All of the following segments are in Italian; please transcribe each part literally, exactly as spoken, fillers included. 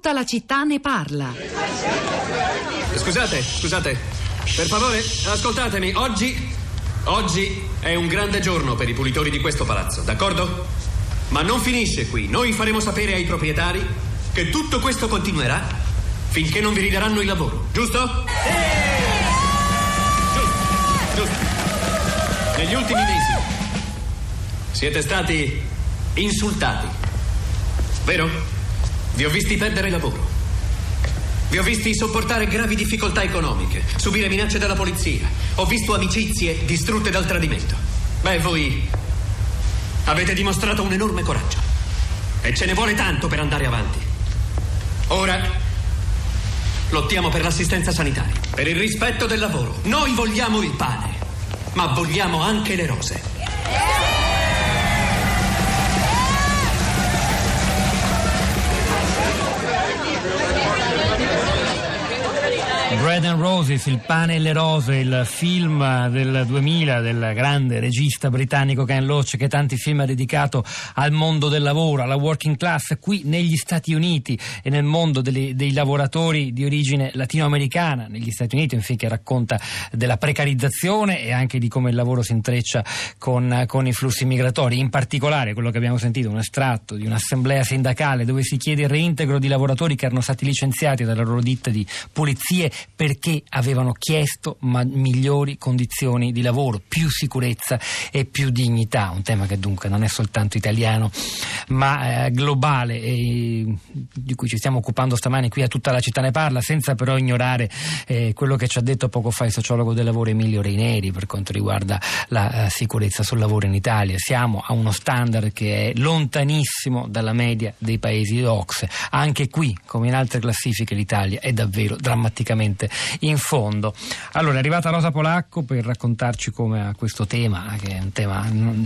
Tutta la città ne parla. Scusate, scusate. Per favore, ascoltatemi. Oggi, oggi è un grande giorno per i pulitori di questo palazzo, d'accordo? Ma non finisce qui. Noi faremo sapere ai proprietari che tutto questo continuerà finché non vi ridaranno il lavoro, giusto? Sì! Giusto, giusto. Negli ultimi mesi siete stati insultati, vero? Vi ho visti perdere lavoro. Vi ho visti sopportare gravi difficoltà economiche, subire minacce dalla polizia. Ho visto amicizie distrutte dal tradimento. Beh, voi avete dimostrato un enorme coraggio. E ce ne vuole tanto per andare avanti. Ora lottiamo per l'assistenza sanitaria, per il rispetto del lavoro. Noi vogliamo il pane, ma vogliamo anche le rose. Bread and Roses, il pane e le rose, il film del duemila del grande regista britannico Ken Loach, che tanti film ha dedicato al mondo del lavoro, alla working class qui negli Stati Uniti e nel mondo dei, dei lavoratori di origine latinoamericana negli Stati Uniti, infine, che racconta della precarizzazione e anche di come il lavoro si intreccia con, con i flussi migratori. In particolare quello che abbiamo sentito, un estratto di un'assemblea sindacale dove si chiede il reintegro di lavoratori che erano stati licenziati dalla loro ditta di pulizie perché avevano chiesto ma migliori condizioni di lavoro, più sicurezza e più dignità. Un tema che dunque non è soltanto italiano ma eh, globale e di cui ci stiamo occupando stamani qui a Tutta la città ne parla, senza però ignorare eh, quello che ci ha detto poco fa il sociologo del lavoro Emilio Reineri per quanto riguarda la uh, sicurezza sul lavoro in Italia. Siamo a uno standard che è lontanissimo dalla media dei paesi O C S E. Anche qui, come in altre classifiche, l'Italia è davvero drammaticamente in fondo. Allora è arrivata Rosa Polacco per raccontarci come a questo tema, che è un tema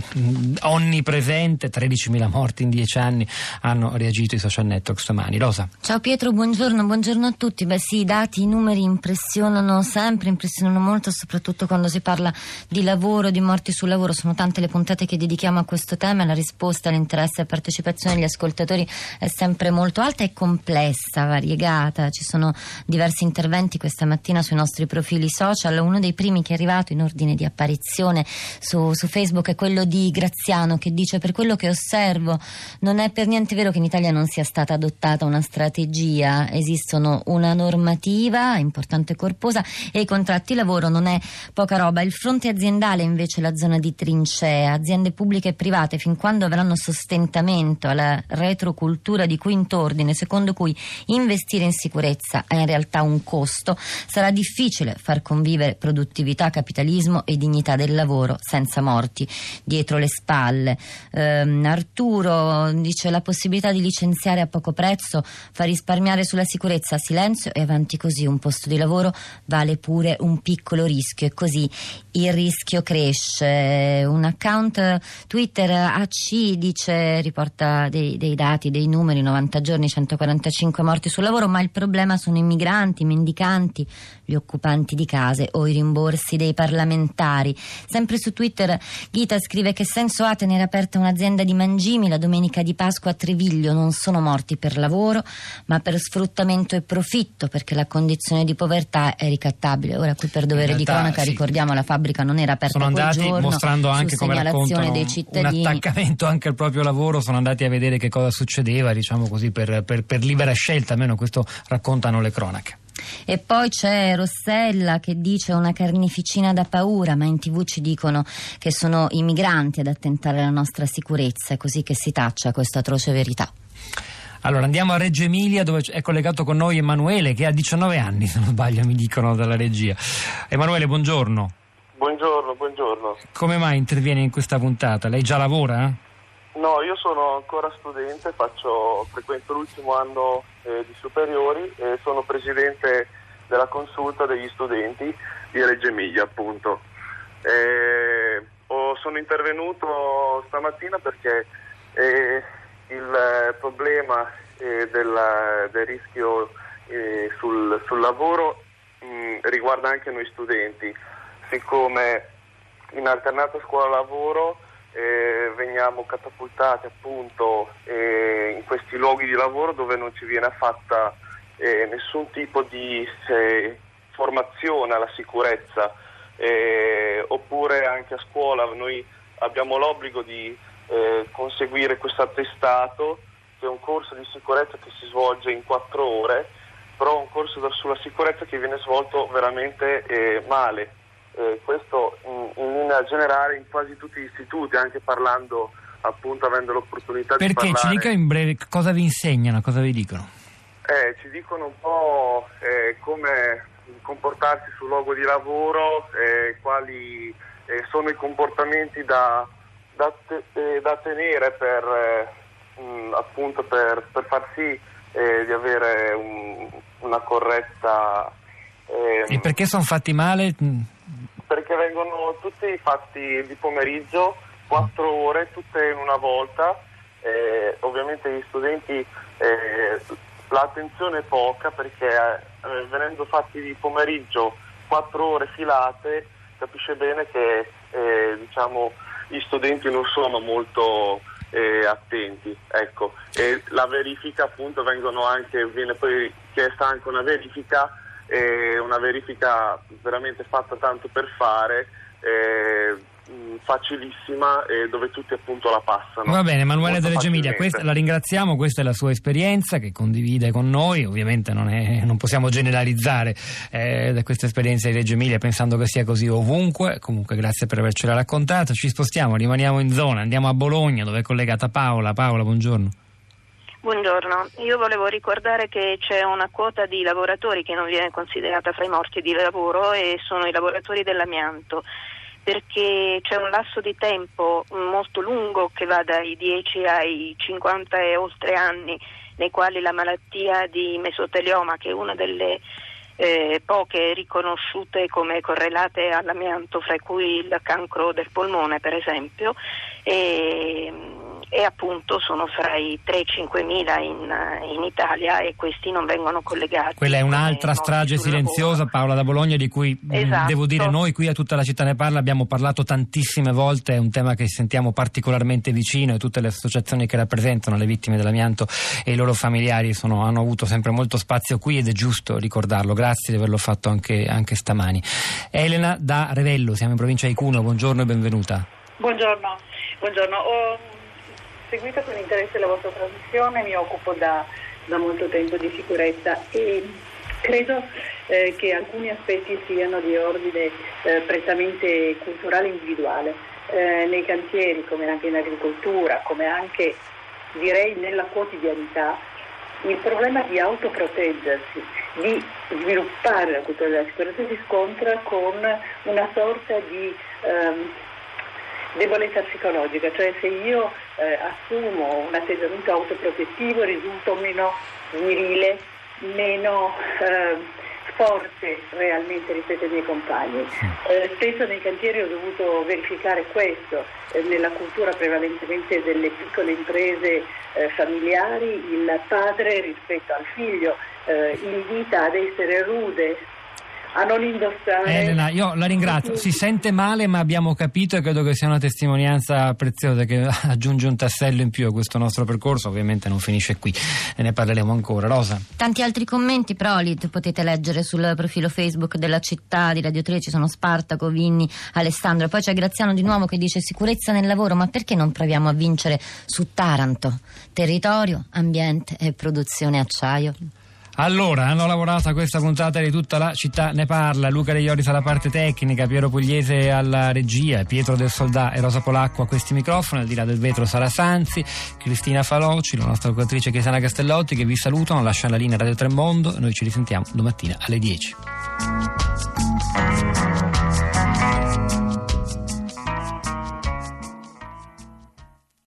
onnipresente, tredicimila morti in dieci anni, hanno reagito i social network stamani. Rosa. Ciao Pietro, buongiorno, buongiorno a tutti. Beh sì, i dati, i numeri impressionano sempre, impressionano molto, soprattutto quando si parla di lavoro, di morti sul lavoro. Sono tante le puntate che dedichiamo a questo tema e la risposta, l'interesse e la partecipazione degli ascoltatori è sempre molto alta e complessa, variegata. Ci sono diversi interventi questa mattina sui nostri profili social. Uno dei primi che è arrivato in ordine di apparizione su, su Facebook è quello di Graziano, che dice: per quello che osservo non è per niente vero che in Italia non sia stata adottata una strategia. Esistono una normativa importante e corposa e i contratti di lavoro non è poca roba. Il fronte aziendale invece è la zona di trincea. Aziende pubbliche e private, fin quando avranno sostentamento alla retrocultura di quint'ordine, secondo cui investire in sicurezza è in realtà un costo, sarà difficile far convivere produttività, capitalismo e dignità del lavoro senza morti dietro le spalle. ehm, Arturo dice: la possibilità di licenziare a poco prezzo fa risparmiare sulla sicurezza, silenzio e avanti così. Un posto di lavoro vale pure un piccolo rischio e così il rischio cresce. Un account Twitter A C dice, riporta dei, dei dati, dei numeri: novanta giorni, centoquarantacinque morti sul lavoro, ma il problema sono i migranti, i mendicanti, gli occupanti di case o i rimborsi dei parlamentari. Sempre su Twitter Ghita scrive: che senso ha tenere aperta un'azienda di mangimi la domenica di Pasqua a Treviglio? Non sono morti per lavoro ma per sfruttamento e profitto, perché la condizione di povertà è ricattabile. Ora qui per dovere realtà, di cronaca sì, ricordiamo la fabbrica non era aperta sono quel andati giorno, mostrando anche come raccontano dei cittadini, un attaccamento anche al proprio lavoro, sono andati a vedere che cosa succedeva, diciamo così, per, per, per libera scelta, almeno questo raccontano le cronache. E poi c'è Rossella che dice: una carneficina da paura, ma in tv ci dicono che sono i migranti ad attentare alla nostra sicurezza, è così che si taccia questa atroce verità. Allora andiamo a Reggio Emilia, dove è collegato con noi Emanuele, che ha diciannove anni, se non sbaglio, mi dicono dalla regia. Emanuele, buongiorno. Buongiorno, buongiorno. Come mai interviene in questa puntata? Lei già lavora? No, io sono ancora studente, faccio, frequento l'ultimo anno eh, di superiori e sono presidente della consulta degli studenti di Reggio Emilia, appunto. E, ho, sono intervenuto stamattina perché eh, il problema eh, della, del rischio eh, sul, sul lavoro mh, riguarda anche noi studenti, siccome in alternata scuola-lavoro eh, veniamo catapultati appunto eh, in questi luoghi di lavoro dove non ci viene fatta eh, nessun tipo di eh, formazione alla sicurezza, eh, oppure anche a scuola noi abbiamo l'obbligo di eh, conseguire questo attestato, che è un corso di sicurezza che si svolge in quattro ore, però un corso sulla sicurezza che viene svolto veramente eh, male. Eh, questo in, in linea generale in quasi tutti gli istituti, anche parlando, appunto, avendo l'opportunità Perché? di parlare. Perché? Ci dica in breve cosa vi insegnano, cosa vi dicono? Eh, ci dicono un po' eh, come comportarsi sul luogo di lavoro, eh, quali eh, sono i comportamenti da, da, te, eh, da tenere per, eh, mh, appunto per, per far sì eh, di avere un, una corretta... Eh, e perché sono fatti male? Perché vengono tutti fatti di pomeriggio, quattro ore, tutte in una volta. Eh, ovviamente gli studenti, eh, l'attenzione è poca, perché eh, venendo fatti di pomeriggio quattro ore filate, capisce bene che eh, diciamo gli studenti non sono molto eh, attenti, ecco. E la verifica, appunto, vengono anche viene poi chiesta anche una verifica. È una verifica veramente fatta tanto per fare, eh, facilissima, e dove tutti appunto la passano. Va bene, Emanuele da Reggio Emilia, questa, la ringraziamo, questa è la sua esperienza che condivide con noi, ovviamente non, è, non possiamo generalizzare eh, da questa esperienza di Reggio Emilia pensando che sia così ovunque. Comunque grazie per avercela raccontata, ci spostiamo, rimaniamo in zona, andiamo a Bologna dove è collegata Paola. Paola, buongiorno. Buongiorno, io volevo ricordare che c'è una quota di lavoratori che non viene considerata fra i morti di lavoro, e sono i lavoratori dell'amianto, perché c'è un lasso di tempo molto lungo che va dai dieci ai cinquanta e oltre anni, nei quali la malattia di mesotelioma, che è una delle eh, poche riconosciute come correlate all'amianto, fra cui il cancro del polmone per esempio, e e appunto sono fra i tre e cinquemila in, in Italia, e questi non vengono collegati. Quella è un'altra strage silenziosa, Paola da Bologna, di cui esatto. devo dire noi qui a Tutta la città ne parla abbiamo parlato tantissime volte, è un tema che sentiamo particolarmente vicino, e tutte le associazioni che rappresentano le vittime dell'amianto e i loro familiari sono, hanno avuto sempre molto spazio qui, ed è giusto ricordarlo. Grazie di averlo fatto anche, anche stamani. Elena da Revello, siamo in provincia di Cuneo, buongiorno e benvenuta. Buongiorno, buongiorno. Ho seguito con interesse la vostra trasmissione, mi occupo da, da molto tempo di sicurezza, e credo eh, che alcuni aspetti siano di ordine eh, prettamente culturale e individuale. Eh, nei cantieri, come anche in agricoltura, come anche direi nella quotidianità, il problema di autoproteggersi, di sviluppare la cultura della sicurezza si scontra con una sorta di ehm, debolezza psicologica, cioè se io eh, assumo un atteggiamento autoprotettivo risulto meno virile, meno eh, forte realmente rispetto ai miei compagni. Eh, spesso nei cantieri ho dovuto verificare questo, eh, nella cultura prevalentemente delle piccole imprese eh, familiari, il padre rispetto al figlio eh, invita ad essere rude, a non indossare. Elena, io la ringrazio, si sente male ma abbiamo capito, e credo che sia una testimonianza preziosa che aggiunge un tassello in più a questo nostro percorso. Ovviamente non finisce qui, e ne parleremo ancora. Rosa. Tanti altri commenti però li potete leggere sul profilo Facebook della città di Radio tre, ci sono Spartaco, Vinni, Alessandro, poi c'è Graziano di nuovo che dice sicurezza nel lavoro, ma perché non proviamo a vincere su Taranto? Territorio, ambiente e produzione acciaio. Allora, hanno lavorato a questa puntata di Tutta la città ne parla. Luca De Ioris alla parte tecnica, Piero Pugliese alla regia, Pietro del Soldà e Rosa Polacco a questi microfoni. Al di là del vetro Sara Sanzi, Cristina Faloci, la nostra curatrice Chiesana Castellotti, che vi salutano, lasciano la linea Radio Tre Mondo. Noi ci risentiamo domattina alle dieci.